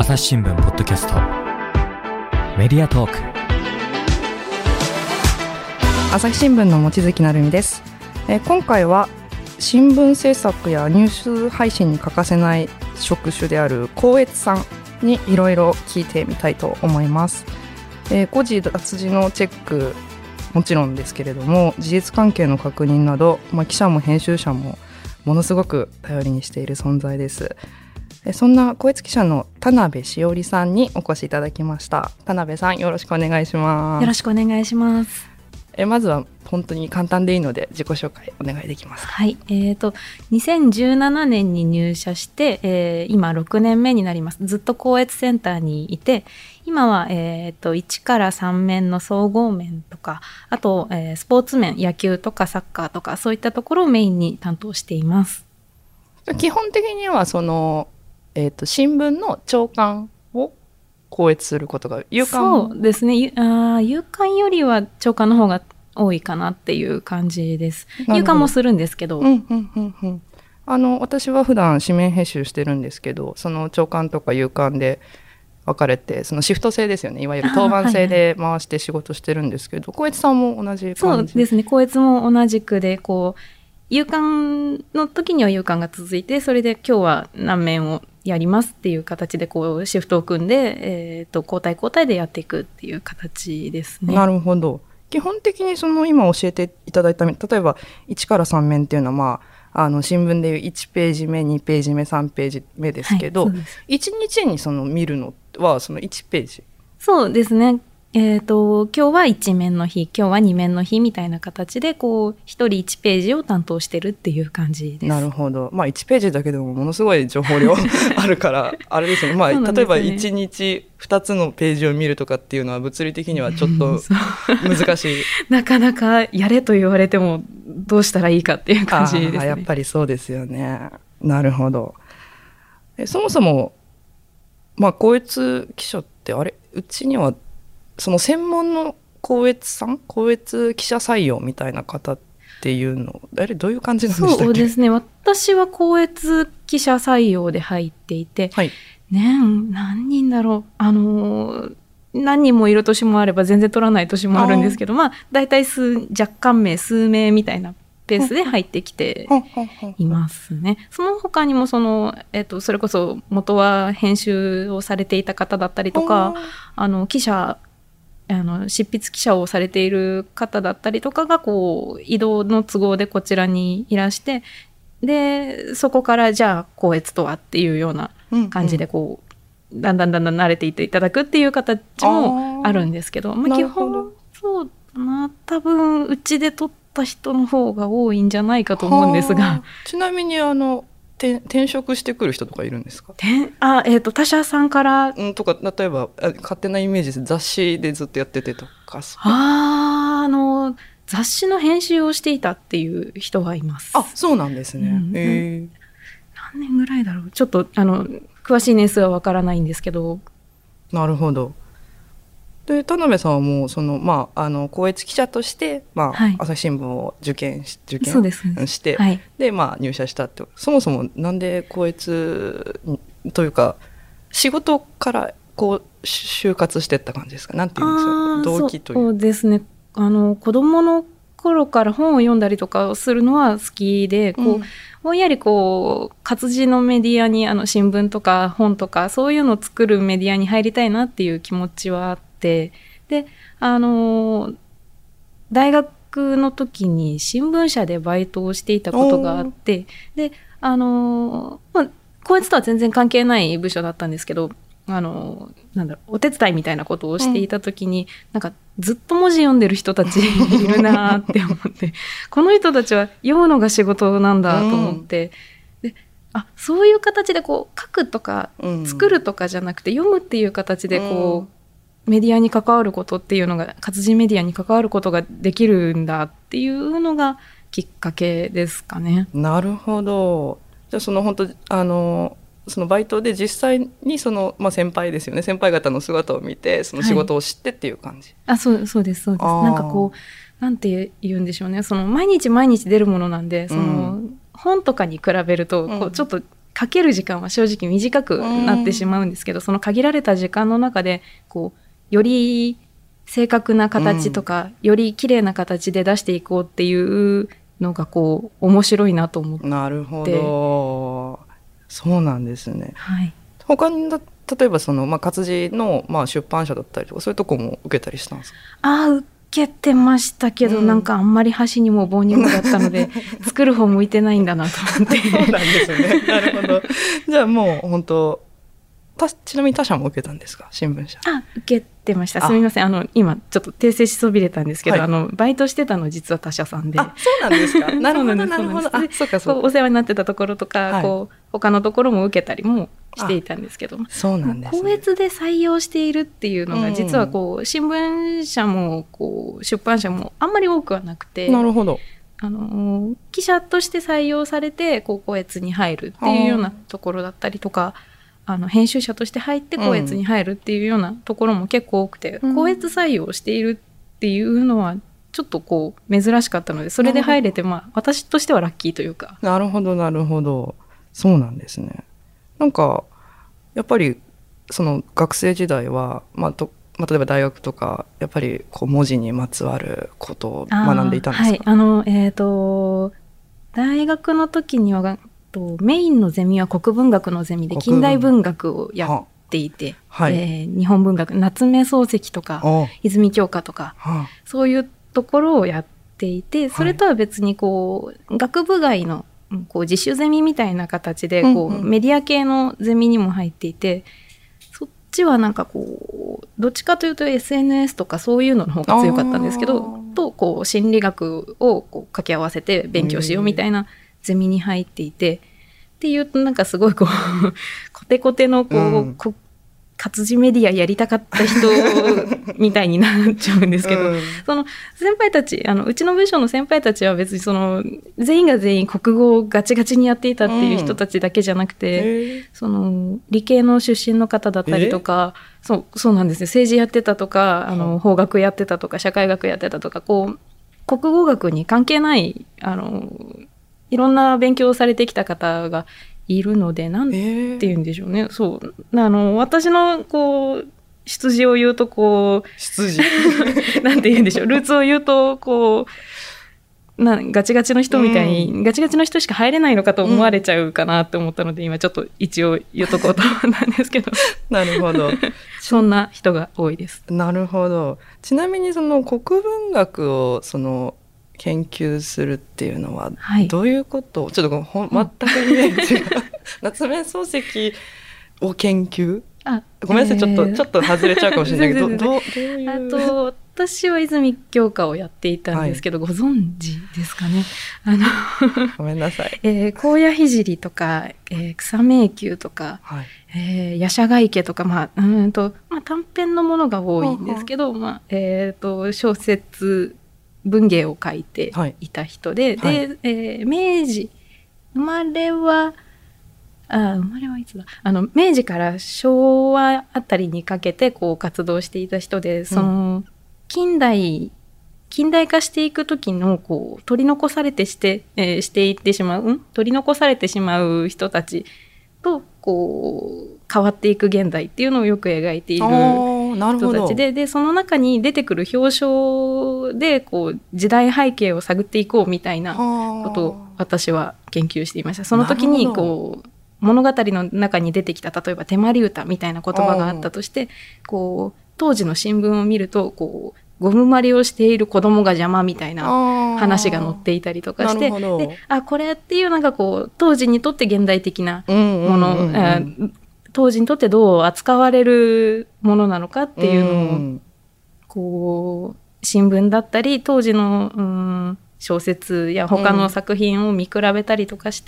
朝日新聞ポッドキャストメディアトーク。 朝日新聞の望月成美です。今回は新聞制作やニュース配信に欠かせない職種である校閲さんにいろいろ聞いてみたいと思います。誤字脱字のチェックもちろんですけれども、事実関係の確認など、記者も編集者もものすごく頼りにしている存在です。そんな校閲記者の田辺しおりさんにお越しいただきました。田辺さん、よろしくお願いします。 よろしくお願いします。 まずは本当に簡単でいいので自己紹介お願いできますか。 はい、2017年に入社して、今6年目になります。ずっと校閲センターにいて、今は、1から3面の総合面とか、あと、スポーツ面、野球とかサッカーとかそういったところをメインに担当しています。 基本的にはその、新聞の朝刊を校閲することが夕刊。 そうですね。夕刊よりは朝刊の方が多いかなっていう感じです。夕刊もするんですけど、 私は普段紙面編集してるんですけど、その朝刊とか夕刊で分かれて、そのシフト制ですよね、いわゆる当番制で回して仕事してるんですけど、校閲さんも同じ感じ。 そうですね。校閲も同じくで、こう夕刊の時には夕刊が続いて、それで今日は何面をやりますっていう形でこうシフトを組んで、交代交代でやっていくっていう形ですね。 なるほど。基本的にその今教えていただいた、例えば1から3面っていうのは、新聞でいう1ページ目2ページ目3ページ目ですけど、1日にその見るのはその1ページ。 そうですね。今日は1面の日、今日は2面の日みたいな形でこう1人1ページを担当してるっていう感じです。 なるほど。1ページだけでもものすごい情報量あるからあれですね。例えば1日2つのページを見るとかっていうのは物理的にはちょっと難しい。 なかなかやれと言われてもどうしたらいいかっていう感じですね。 やっぱりそうですよね。なるほど。そもそも校閲記者ってうちにはその専門の校閲さん、校閲記者採用みたいな方っていうの、どういう感じなんでしたっけ？ そうですね。私は校閲記者採用で入っていて、 はい、 年何人だろう。何人もいる年もあれば全然取らない年もあるんですけど、だいたい若干名、数名みたいなペースで入ってきていますね。その他にもそれこそ元は編集をされていた方だったりとか、記者執筆記者をされている方だったりとかがこう移動の都合でこちらにいらして、でそこからじゃあ校閲とはっていうような感じでこう、だんだん慣れていっていただくっていう形もあるんですけど、基本そうだな、多分うちで取った人の方が多いんじゃないかと思うんですが。 ちなみに転職してくる人とかいるんですか？ 他社さんから、 とか、例えば勝手なイメージです。雑誌でずっとやっててとか。 雑誌の編集をしていたっていう人がいます。 そうなんですね。 何年ぐらいだろう。ちょっと詳しい年数はわからないんですけど。 なるほど。で、田辺さんはもうその校閲記者として、朝日新聞を受験して、 はい、 で入社したって。そもそもなんで校閲というか仕事からこう就活してった感じですか？なんていうんですか、動機という。 そうですね。子供の頃から本を読んだりとかするのは好きで、ぼんやり活字のメディアに新聞とか本とかそういうのを作るメディアに入りたいなっていう気持ちはあって、で大学の時に新聞社でバイトをしていたことがあって、で校閲とは全然関係ない部署だったんですけど、お手伝いみたいなことをしていた時に、なんかずっと文字読んでる人たちいるなって思ってこの人たちは読むのが仕事なんだと思って、でそういう形でこう書くとか作るとかじゃなくて、読むっていう形でメディアに関わることっていうのが、活字メディアに関わることができるんだっていうのがきっかけですかね。 なるほど。じゃあその本当そのバイトで実際に先輩ですよね、先輩方の姿を見てその仕事を知ってっていう感じ。 そうです。なんかなんて言うんでしょうね、毎日出るものなんで、本とかに比べるとちょっとかける時間は正直短くなってしまうんですけど、その限られた時間の中でこうより正確な形とか、より綺麗な形で出していこうっていうのがこう面白いなと思って。 なるほど、そうなんですね。 はい、 他に例えばその、活字の、出版社だったりとかそういうとこも受けたりしたんですか？ 受けてましたけど、なんかあんまり箸にも棒にもだったので作る方向いてないんだなと思ってそうなんですね。なるほど。じゃあもう本当ちなみに他社も受けたんですか？新聞社。 受けてました。すみません。今ちょっと訂正しそびれたんですけど、はい、バイトしてたの実は他社さんで。 そうなんですか？なるほどなるほど。そうかそうか。 お世話になってたところとか、はい、こう他のところも受けたりもしていたんですけど、 そうなんですね。 校閲で採用しているっていうのが実はこう、新聞社もこう出版社もあんまり多くはなくて。 なるほど。 記者として採用されて校閲に入るっていうようなところだったりとか、編集者として入って校閲に入るっていうようなところも結構多くて、校閲採用しているっていうのはちょっとこう珍しかったので、それで入れて、私としてはラッキーというか。 なるほどなるほど。そうなんですね。なんかやっぱりその学生時代は、例えば大学とかやっぱりこう文字にまつわることを学んでいたんですか？ はい、大学の時にはメインのゼミは国文学のゼミで近代文学をやっていて、はい、日本文学夏目漱石とか泉鏡花とか、そういうところをやっていて、それとは別にこう学部外のこう自主ゼミみたいな形でこう、メディア系のゼミにも入っていて、そっちはなんかこうどっちかというと SNS とかそういうのの方が強かったんですけど、とこう心理学をこう掛け合わせて勉強しようみたいなゼミに入っていて、っていうとなんかすごいこうコテコテのこう、活字メディアやりたかった人みたいになっちゃうんですけど、その先輩たちうちの部署の先輩たちは別にその全員が全員国語をガチガチにやっていたっていう人たちだけじゃなくて、その理系の出身の方だったりとか、そうなんですね、政治やってたとか法学やってたとか社会学やってたとか、こう国語学に関係ないいろんな勉強をされてきた方がいるので、なんて言うんでしょうね。そう私のこう出自を言うとこう出自なんて言うんでしょう、ルーツを言うとこうガチガチの人みたいに、ガチガチの人しか入れないのかと思われちゃうかなって思ったので、今ちょっと一応言うとこうと思ったんですけどなるほどそんな人が多いです。 なるほど。ちなみにその国文学をその研究するっていうのはどういうこと、はい、ちょっと全くイメージが夏目漱石を研究、ごめんなさい、ちょっと外れちゃうかもしれないけどどういう私は泉鏡花をやっていたんですけど、はい、ご存知ですかね。 ごめんなさい。 高野聖とか、草迷宮とか、はい、夜叉ヶ池とか、短編のものが多いんですけど、小説文芸を書いていた人で、明治生まれはいつだ、明治から昭和あたりにかけてこう活動していた人で、その近代化していく時のこう取り残されてしていってしまう、取り残されてしまう人たちとこう変わっていく現代っていうのをよく描いている人たちで、その中に出てくる表彰でこう時代背景を探っていこうみたいなことを私は研究していました。その時にこう物語の中に出てきた、例えば手まり歌みたいな言葉があったとして、こう当時の新聞を見るとこうゴムまりをしている子供が邪魔みたいな話が載っていたりとかして、でこれっていうなんかこう当時にとって現代的なもの、当時にとってどう扱われるものなのかっていうのをこう新聞だったり当時の小説や他の作品を見比べたりとかして、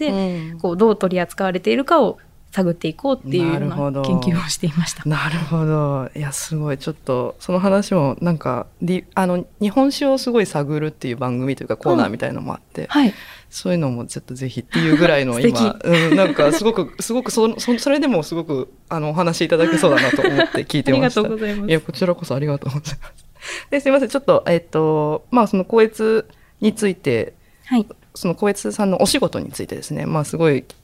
こうどう取り扱われているかを探っていこうっていうような研究をしていました。 なるほど。いやすごい、ちょっとその話もなんか日本史をすごい探るっていう番組というかコーナーみたいのもあって、はい、そういうのもちょっとぜひっていうぐらいの今、なんかすごくそれでもすごくお話いただけそうだなと思って聞いてました。 ありがとうございます。 いやこちらこそありがとうございます。ですいません、ちょっとその校閲について、はい、その校閲さんのお仕事についてですね、すごい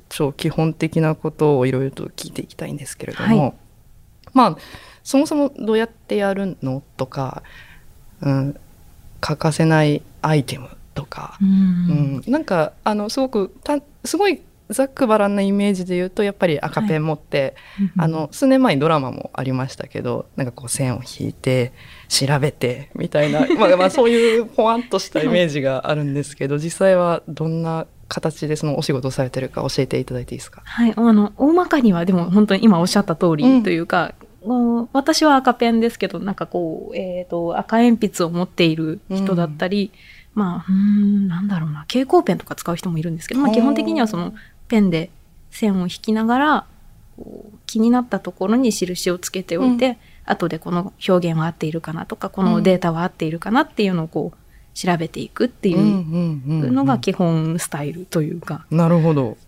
超基本的なことをいろいろと聞いていきたいんですけれども、まあそもそもどうやってやるのとか、欠かせないアイテムとか、なんかすごいざっくばらんなイメージで言うとやっぱり赤ペン持って、数年前にドラマもありましたけど、なんかこう線を引いて調べてみたいなまあそういうポワンとしたイメージがあるんですけど、実際はどんな形でそのお仕事をされてるか教えていただいていいですか？ はい、大まかにはでも本当に今おっしゃった通りというか、私は赤ペンですけど、なんかこう、赤鉛筆を持っている人だったり、まあなんだろうな、蛍光ペンとか使う人もいるんですけど、基本的にはそのペンで線を引きながらこう気になったところに印をつけておいて、後でこの表現は合っているかなとか、このデータは合っているかなっていうのをこう調べていくっていうのが基本スタイルというか。 なるほど。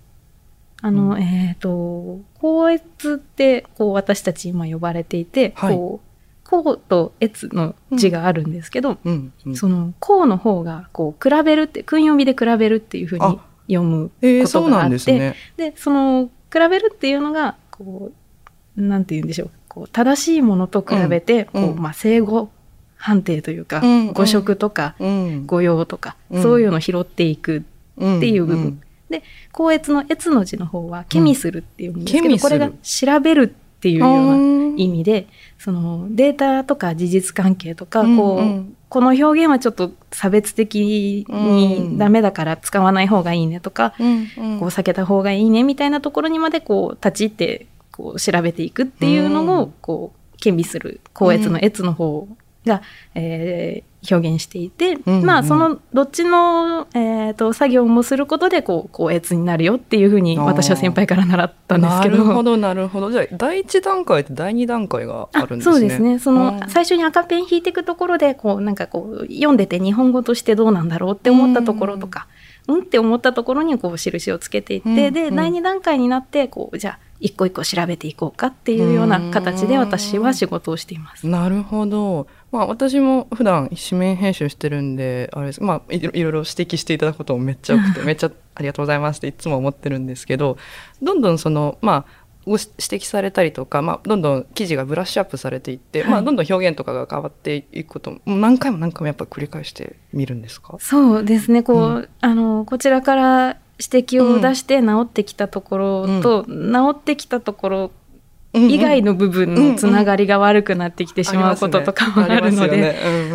校閲ってこう私たち今呼ばれていて、こう校と閲の字があるんですけど、その校の方がこう比べるって、訓読みで比べるっていうふうに読むことがあって、でその比べるっていうのがこうなんて言うんでしょう、こう正しいものと比べて、正誤判定というか、誤植とか、誤用とか、そういうのを拾っていくっていう部分。で、校閲の閲の字の方はケミするっていうんですけど、これが調べるっていうような意味で、そのデータとか事実関係とか、この表現はちょっと差別的にダメだから使わない方がいいねとか、こう避けた方がいいねみたいなところにまでこう立ち入ってこう調べていくっていうのをこう兼備する校閲の閲の方が、表現していて、まあそのどっちの、作業もすることでこう校閲になるよっていうふうに私は先輩から習ったんですけど。 なるほどなるほど。じゃあ第一段階と第二段階があるんですね。 そうですね。その最初に赤ペン引いていくところでこうなんかこう読んでて日本語としてどうなんだろうって思ったところとか、って思ったところにこう印をつけていって、で第二段階になってこうじゃあ一個一個調べていこうかっていうような形で私は仕事をしています。 なるほど。まあ私も普段紙面編集してるんであれです、まあいろいろ指摘していただくこともめっちゃ多くてめっちゃありがとうございますっていつも思ってるんですけど、どんどんそのまあご指摘されたりとか、まあ、どんどん記事がブラッシュアップされていって、まあ、どんどん表現とかが変わっていくことも何回も何回もやっぱ繰り返してみるんですか？ そうですね。こう、こちらから指摘を出して治ってきたところと、治ってきたところ以外の部分のつながりが悪くなってきてしまうこととかもあるので、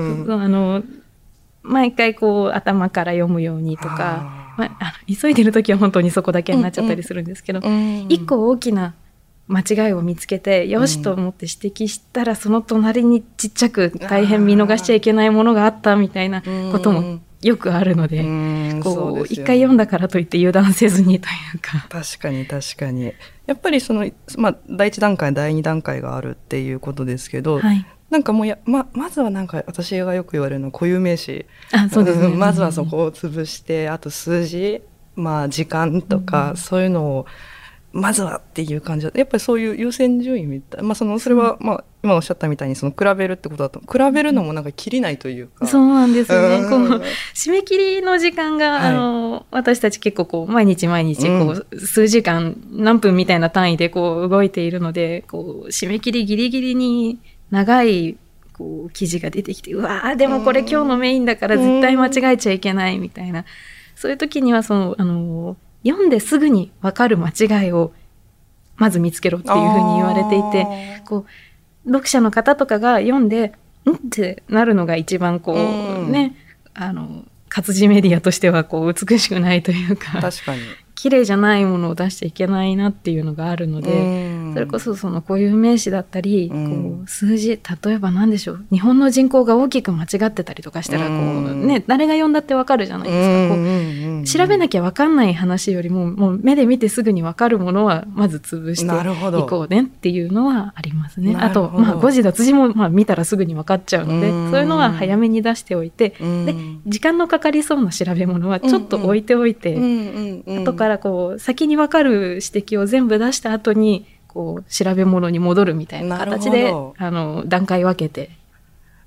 毎回こう頭から読むようにとか、急いでる時は本当にそこだけになっちゃったりするんですけど、一個大きな間違いを見つけてよしと思って指摘したら、その隣にちっちゃく大変見逃しちゃいけないものがあったみたいなこともよくあるので、こう一回読んだからといって油断せずにというか。 確かに確かに。やっぱりその、まあ、第一段階第二段階があるっていうことですけど、なんかもうまずはなんか私がよく言われるのは固有名詞。そうですね。まずはそこを潰して、あと数字、まあ時間とか、そういうのをまずはっていう感じで、やっぱりそういう優先順位みたいな、まあそれはまあ今おっしゃったみたいにその比べるってことだと、比べるのもなんかきりないというか。 そうなんですよね。こう締め切りの時間が、私たち結構こう毎日毎日こう数時間何分みたいな単位でこう動いているので、こう締め切りギリギリに長いこう記事が出てきて、うわーでもこれ今日のメインだから絶対間違えちゃいけないみたいな、そういう時にはその読んですぐに分かる間違いをまず見つけろっていうふうに言われていて、こう読者の方とかが読んでってなるのが一番こう、ね、活字メディアとしてはこう美しくないというか、 確かに綺麗じゃないものを出しちゃいけないなっていうのがあるので、それこそその固有名詞だったり、こう数字、例えば何でしょう、日本の人口が大きく間違ってたりとかしたらこう、ね、誰が読んだってわかるじゃないですか。こう調べなきゃわかんない話よりも、もう目で見てすぐにわかるものはまず潰していこうねっていうのはありますね。あと、まあ、誤字脱字もまあ見たらすぐにわかっちゃうので、そういうのは早めに出しておいて、で時間のかかりそうな調べ物はちょっと置いておいて、後からこう先にわかる指摘を全部出した後にこう調べ物に戻るみたいな形で段階分けて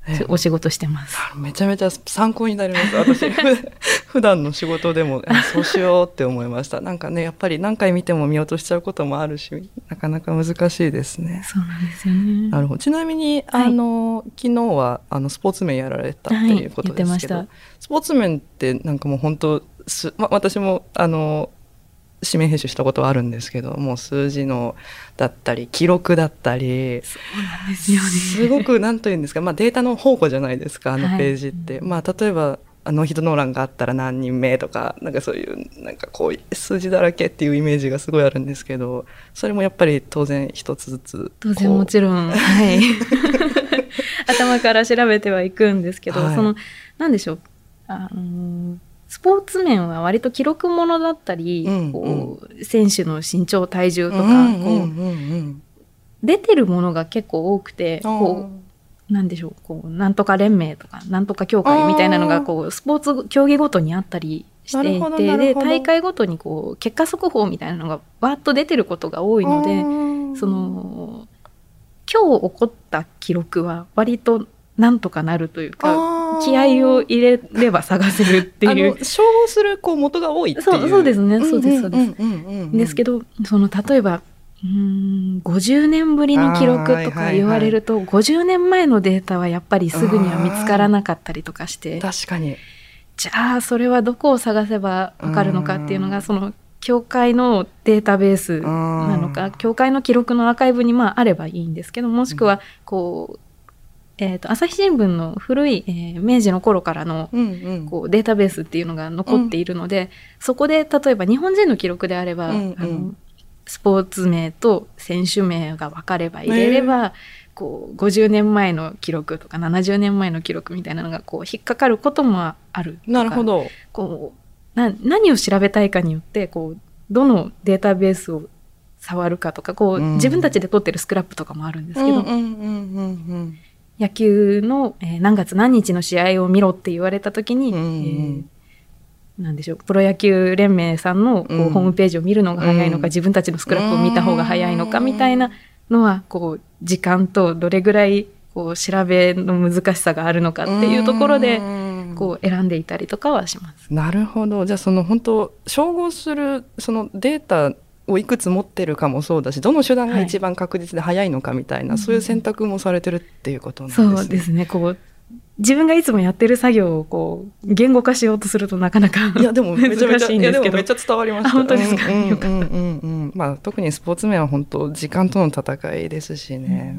お仕事してます。 めちゃめちゃ参考になります。私普段の仕事でもそうしようって思いました。なんかね、やっぱり何回見ても見落としちゃうこともあるし、なかなか難しいですね。 そうなんですよね。 なるほど。ちなみに昨日はスポーツ面やられたっていうことですけど、スポーツ面ってなんかもう本当私も紙面編集したことはあるんですけど、もう数字のだったり記録だったり、 そうなんですよね。 すごく何というんですか、データの宝庫じゃないですか、ページって、例えばノーヒットノーランがあったら何人目とか、なんかそういうなんかこう数字だらけっていうイメージがすごいあるんですけど、それもやっぱり当然一つずつ当然もちろん、頭から調べてはいくんですけど、なんでしょう、スポーツ面は割と記録ものだったり、選手の身長体重とか、出てるものが結構多くて、なんでしょう、なんとか連盟とかなんとか協会みたいなのがスポーツ競技ごとにあったりしていて、で大会ごとに結果速報みたいなのがバーッと出てることが多いので、今日起こった記録は割となんとかなるというか、気合を入れれば探せるっていう照合する元が多いっていう。 そうですね、そうですですけど、例えば50年ぶりの記録とか言われると、50年前のデータはやっぱりすぐには見つからなかったりとかして、 確かに。 じゃあそれはどこを探せば分かるのかっていうのが、協会のデータベースなのか、協会の記録のアーカイブにあればいいんですけど、もしくは朝日新聞の古い、明治の頃からの、データベースっていうのが残っているので、そこで例えば日本人の記録であれば、スポーツ名と選手名が分かれば入れれば、50年前の記録とか70年前の記録みたいなのが引っかかることもあるとか。 なるほど。 何を調べたいかによってどのデータベースを触るかとか、自分たちで取ってるスクラップとかもあるんですけど、野球の、何月何日の試合を見ろって言われた時に、なんでしょう、プロ野球連盟さんのホームページを見るのが早いのか、自分たちのスクラップを見た方が早いのかみたいなのは、時間とどれぐらい調べの難しさがあるのかっていうところで選んでいたりとかはします。 なるほど。じゃあ本当照合するデータをいくつ持ってるかもそうだし、どの手段が一番確実で早いのかみたいな、そういう選択もされてるっていうことなんですね。 そうですね。自分がいつもやってる作業を言語化しようとするとなかなか難しいんですけど。 めっちゃ伝わりました。 本当ですか。よかった。 特にスポーツ面は本当時間との戦いですしね。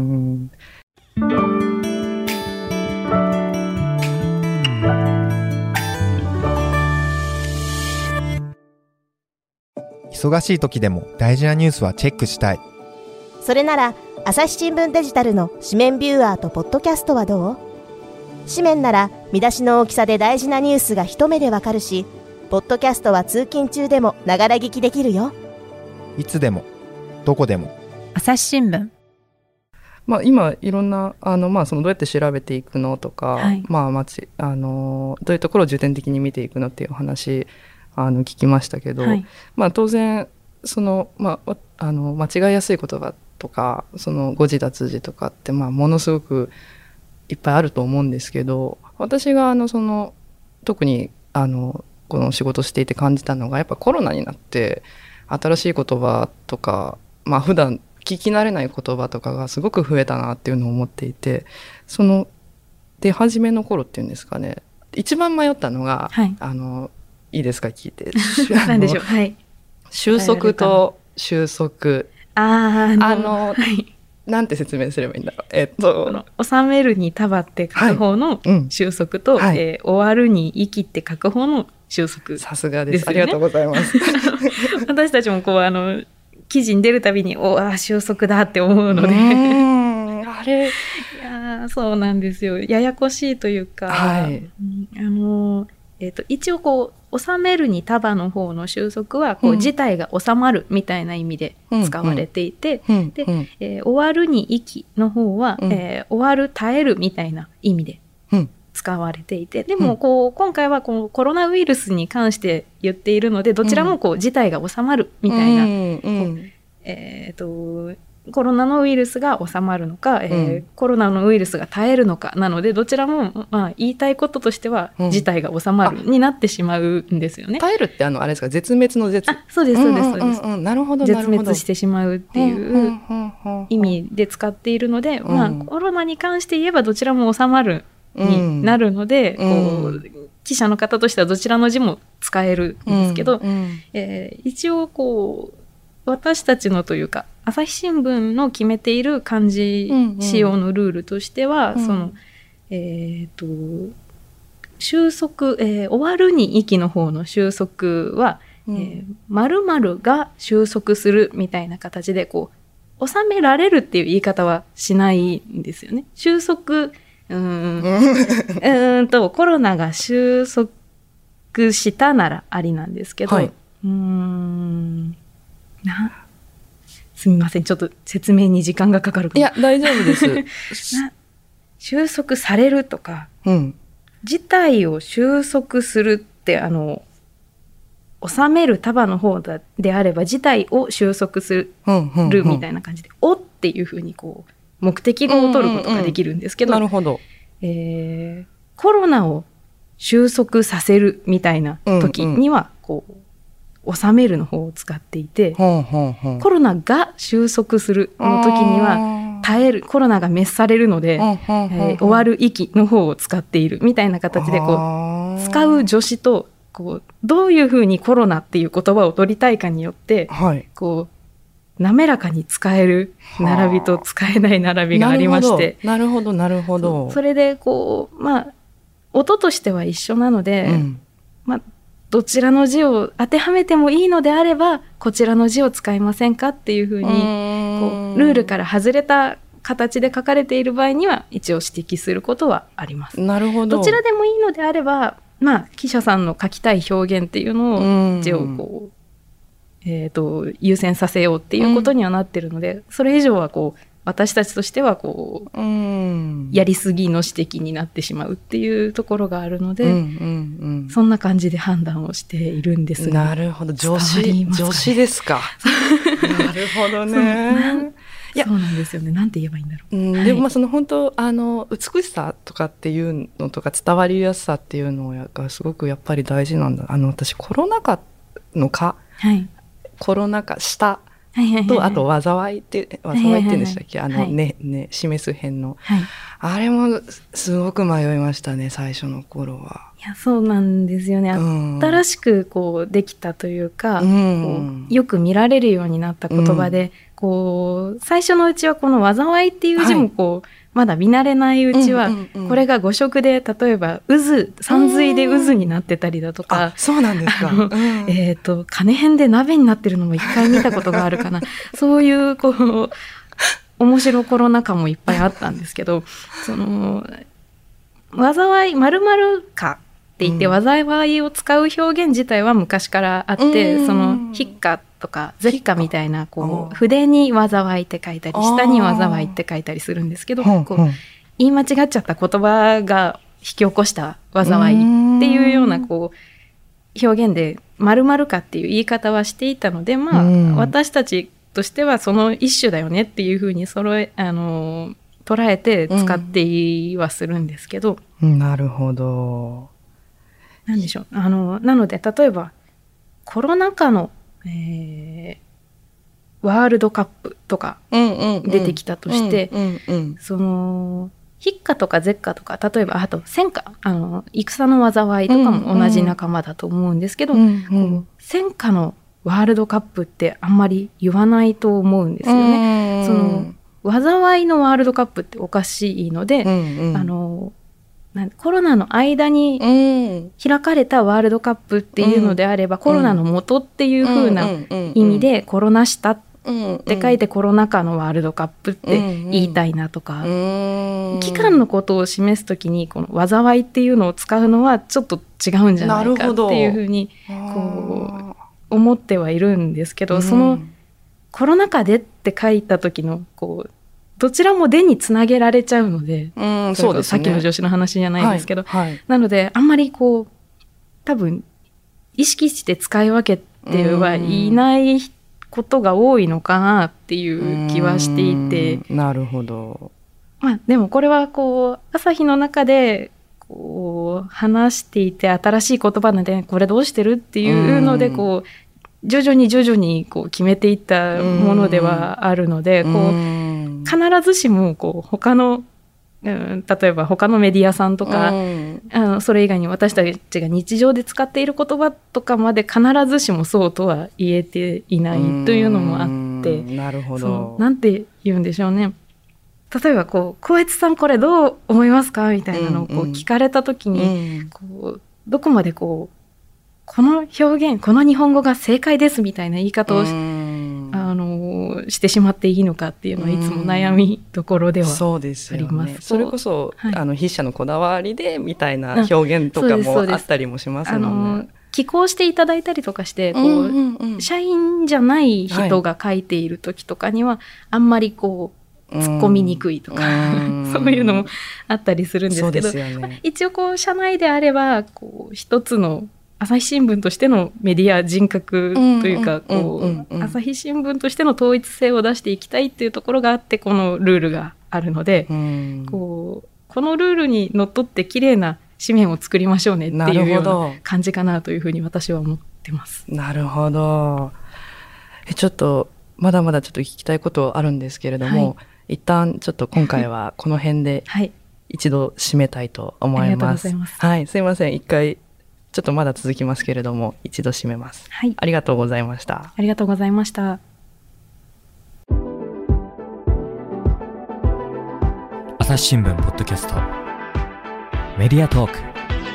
忙しい時でも大事なニュースはチェックしたい。 それなら朝日新聞デジタルの紙面ビューアーとポッドキャストはどう？紙面なら見出しの大きさで大事なニュースが一目でわかるし、ポッドキャストは通勤中でもながら聞きできるよ。 いつでもどこでも朝日新聞。 今いろんなどうやって調べていくのとか、どういうところを重点的に見ていくのっていうお話聞きましたけど、当然間違いやすい言葉とか誤字脱字とかってものすごくいっぱいあると思うんですけど、私が特にこの仕事していて感じたのが、やっぱコロナになって新しい言葉とか、普段聞き慣れない言葉とかがすごく増えたなっていうのを思っていて、出始めの頃っていうんですかね、一番迷ったのが、いいですか、聞いて。 何でしょう。 収束と収束。なんて説明すればいいんだろう。 収めるに束って書く方の収束と、終わるに息って書く方の収束。 さすがです。ありがとうございます。 私たちも記事に出るたびに収束だって思うので。 あれ。 いや、そうなんですよ。ややこしいというか、一応収めるに束の方の収束は事態が収まるみたいな意味で使われていて、終わるに息の方は、終わる耐えるみたいな意味で使われていて、でも今回はコロナウイルスに関して言っているので、どちらも事態が収まるみたいな、 コロナのウイルスが収まるのか、コロナのウイルスが耐えるのかなので、どちらも、言いたいこととしては、事態が収まるになってしまうんですよね。 耐えるってあれですか、絶滅の絶。 そうですそうですそうです。 なるほど。 絶滅してしまうっていう意味で使っているので、コロナに関して言えばどちらも収まるになるので、記者の方としてはどちらの字も使えるんですけど、一応私たちのというか朝日新聞の決めている漢字使用のルールとしては、収束、終わるに息の方の収束は、〇〇が収束するみたいな形で収められるっていう言い方はしないんですよね。収束コロナが収束したならありなんですけど、すみません、ちょっと説明に時間がかかるかも。 いや大丈夫です収束されるとか、事態を収束するって収める束の方であれば事態を収束するみたいな感じで、おっていうふうに目的語を取ることができるんですけど、 なるほど。 コロナを収束させるみたいな時には収めるの方を使っていて、コロナが収束するの時には耐える、コロナが滅されるので、終わる息の方を使っているみたいな形で使う助詞とどういうふうにコロナっていう言葉を取りたいかによって、滑らかに使える並びと使えない並びがありまして、 なるほど。 それで音としては一緒なので、どちらの字を当てはめてもいいのであればこちらの字を使いませんかっていうふうにルールから外れた形で書かれている場合には一応指摘することはあります。 なるほど。 どちらでもいいのであれば、記者さんの書きたい表現っていうのを字を優先させようっていうことにはなってるので、それ以上は私たちとしてはやりすぎの指摘になってしまうっていうところがあるので、そんな感じで判断をしているんですが。 なるほど。助詞ですか。なるほどね。 そうなんですよね。なんて言えばいいんだろう。 でも本当美しさとかっていうのとか伝わりやすさっていうのがすごくやっぱり大事なんだ。私コロナ禍のコロナ禍したと、あと災いって言うんでしたっけ、示す辺の、あれもすごく迷いましたね、最初の頃は。 いや、そうなんですよね。新しくできたというか、よく見られるようになった言葉で、最初のうちはこの災いっていう字もまだ見慣れないうちは、これが誤色で例えば山水で渦になってたりだとか、 そうなんですか。 金編で鍋になってるのも一回見たことがあるかな。そういう面白コロナ禍もいっぱいあったんですけど、災い〇〇かって言って災いを使う表現自体は昔からあって、筆下とか舌下みたいな筆に災いって書いたり下に災いって書いたりするんですけど、言い間違っちゃった言葉が引き起こした災いっていうような表現で〇〇かっていう言い方はしていたので、私たちとしてはその一種だよねっていうふうに捉えて使ってはするんですけど、 なるほど。 なんでしょう。なので例えばコロナ禍のワールドカップとか出てきたとして、筆下とか舌下とか、例えばあと戦下、戦の災いとかも同じ仲間だと思うんですけど、戦下のワールドカップってあんまり言わないと思うんですよね。災いのワールドカップっておかしいので、コロナの間に開かれたワールドカップっていうのであれば、コロナの元っていう風な意味でコロナしたって書いてコロナ禍のワールドカップって言いたいなとか、期間のことを示すときにこの災いっていうのを使うのはちょっと違うんじゃないかっていう風に思ってはいるんですけど、そのコロナ禍でって書いた時のどちらもでにつなげられちゃうので、そうですね、さっきの助詞の話じゃないですけど、なのであんまり多分意識して使い分けてはいないことが多いのかなっていう気はしていて、 なるほど。 でもこれはこう朝日の中でこう話していて新しい言葉なんで、これどうしてるっていうのでこう徐々にこう決めていったものではあるので、こう必ずしもこう他の例えば他のメディアさんとか、それ以外に私たちが日常で使っている言葉とかまで必ずしもそうとは言えていないというのもあって、 なるほど。 なんて言うんでしょうね。例えばこう光悦さんこれどう思いますかみたいなのをこう聞かれた時に、こうどこまでこの表現、この日本語が正解ですみたいな言い方をしてしまっていいのかっていうのはいつも悩みどころではあります。 そうですよね。それこそ、筆者のこだわりでみたいな表現とかもあったりもしますもんね。 寄稿していただいたりとかして社員じゃない人が書いている時とかには、あんまりこう突っ込みにくいとかそういうのもあったりするんですけど、一応こう社内であればこう一つの朝日新聞としてのメディア人格というか、朝日新聞としての統一性を出していきたいっていうところがあって、このルールがあるので、このルールにのっとって綺麗な紙面を作りましょうねっていうような感じかなというふうに私は思ってます。 なるほど。ちょっとまだまだちょっと聞きたいことあるんですけれども、一旦ちょっと今回はこの辺で一度締めたいと思います。 ありがとうございます。 はい、すいません。一回ちょっとまだ続きますけれども、一度締めます。 はい。 ありがとうございました。 ありがとうございました。 朝日新聞ポッドキャストメディアトーク。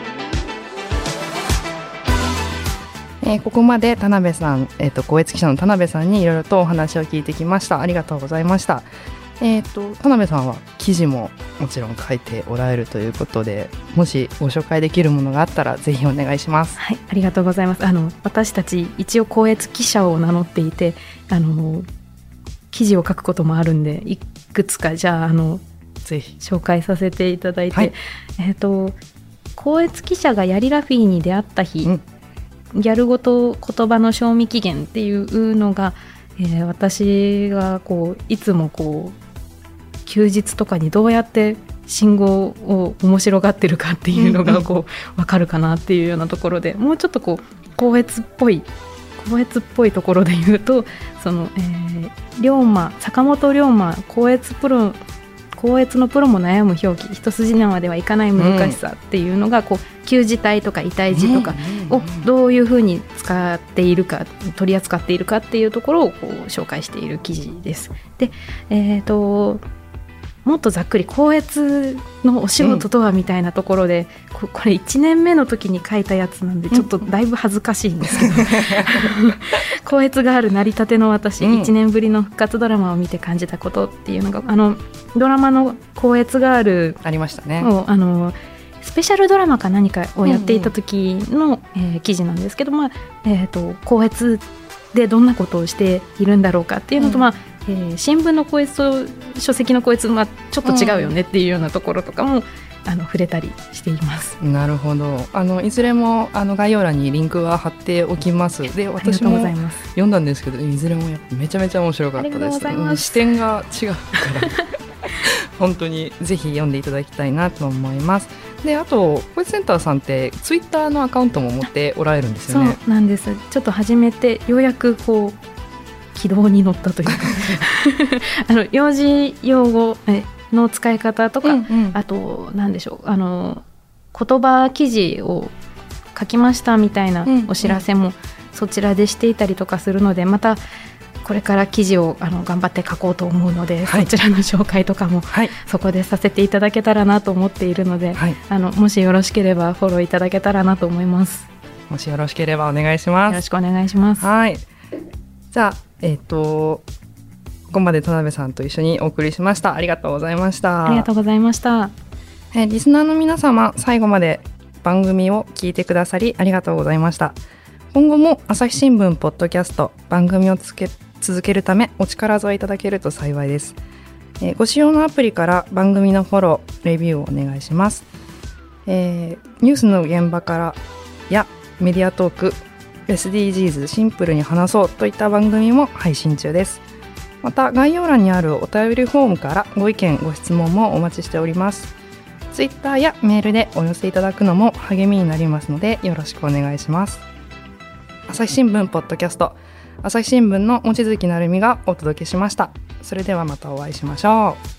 ここまで田辺さん、光悦記者の田辺さんにいろいろとお話を聞いてきました。ありがとうございました。田辺さんは記事ももちろん書いておられるということで、もしご紹介できるものがあったらぜひお願いします。 はい、ありがとうございます。私たち一応光悦記者を名乗っていて、記事を書くこともあるんで、いくつかじゃあぜひ紹介させていただいて、光悦記者がヤリラフィーに出会った日、ギャル語と言葉の賞味期限っていうのが、私がいつも休日とかにどうやって信号を面白がってるかっていうのが分かるかなっていうようなところで、もうちょっと光悦っぽいところで言うと、龍馬、坂本龍馬光悦のプロも悩む表記、一筋縄ではいかない難しさっていうのが、旧字体とか異体字とかをどういうふうに使っているか、取り扱っているかっていうところを紹介している記事です。で、もっとざっくり光悦のお仕事とはみたいなところで、これ1年目の時に書いたやつなんでちょっとだいぶ恥ずかしいんですけど、光悦がある成り立ての私、1年ぶりの復活ドラマを見て感じたことっていうのが、ドラマの光悦があるありましたね。 スペシャルドラマか何かをやっていた時の、記事なんですけど、光悦でどんなことをしているんだろうかっていうのと、新聞の光悦と書籍の光悦、ちょっと違うよねっていうようなところとかも触れたりしています。 なるほど。いずれも概要欄にリンクは貼っておきます。で、私も読んだんですけど、いずれもめちゃめちゃ面白かったです。視点が違うから本当にぜひ読んでいただきたいなと思います。で、あと光悦センターさんってツイッターのアカウントも持っておられるんですよね。 そうなんです。ちょっと始めてようやく軌道に乗ったというか幼児用語の使い方とか、あと何でしょう、言葉記事を書きましたみたいなお知らせもそちらでしていたりとかするので、またこれから記事を頑張って書こうと思うので、そちらの紹介とかもそこでさせていただけたらなと思っているので、もしよろしければフォローいただけたらなと思います。 もしよろしければお願いします。 よろしくお願いします。 はい、じゃあここまで田辺さんと一緒にお送りしました。ありがとうございました。 ありがとうございました。 リスナーの皆様、最後まで番組を聞いてくださりありがとうございました。今後も朝日新聞ポッドキャスト番組を続けるためお力添えいただけると幸いです。ご使用のアプリから番組のフォロー、レビューをお願いします。ニュースの現場からやメディアトーク、 SDGs シンプルに話そうといった番組も配信中です。また概要欄にあるお便りフォームからご意見ご質問もお待ちしております。ツイッターやメールでお寄せいただくのも励みになりますのでよろしくお願いします。朝日新聞ポッドキャスト、朝日新聞の望月成美がお届けしました。それではまたお会いしましょう。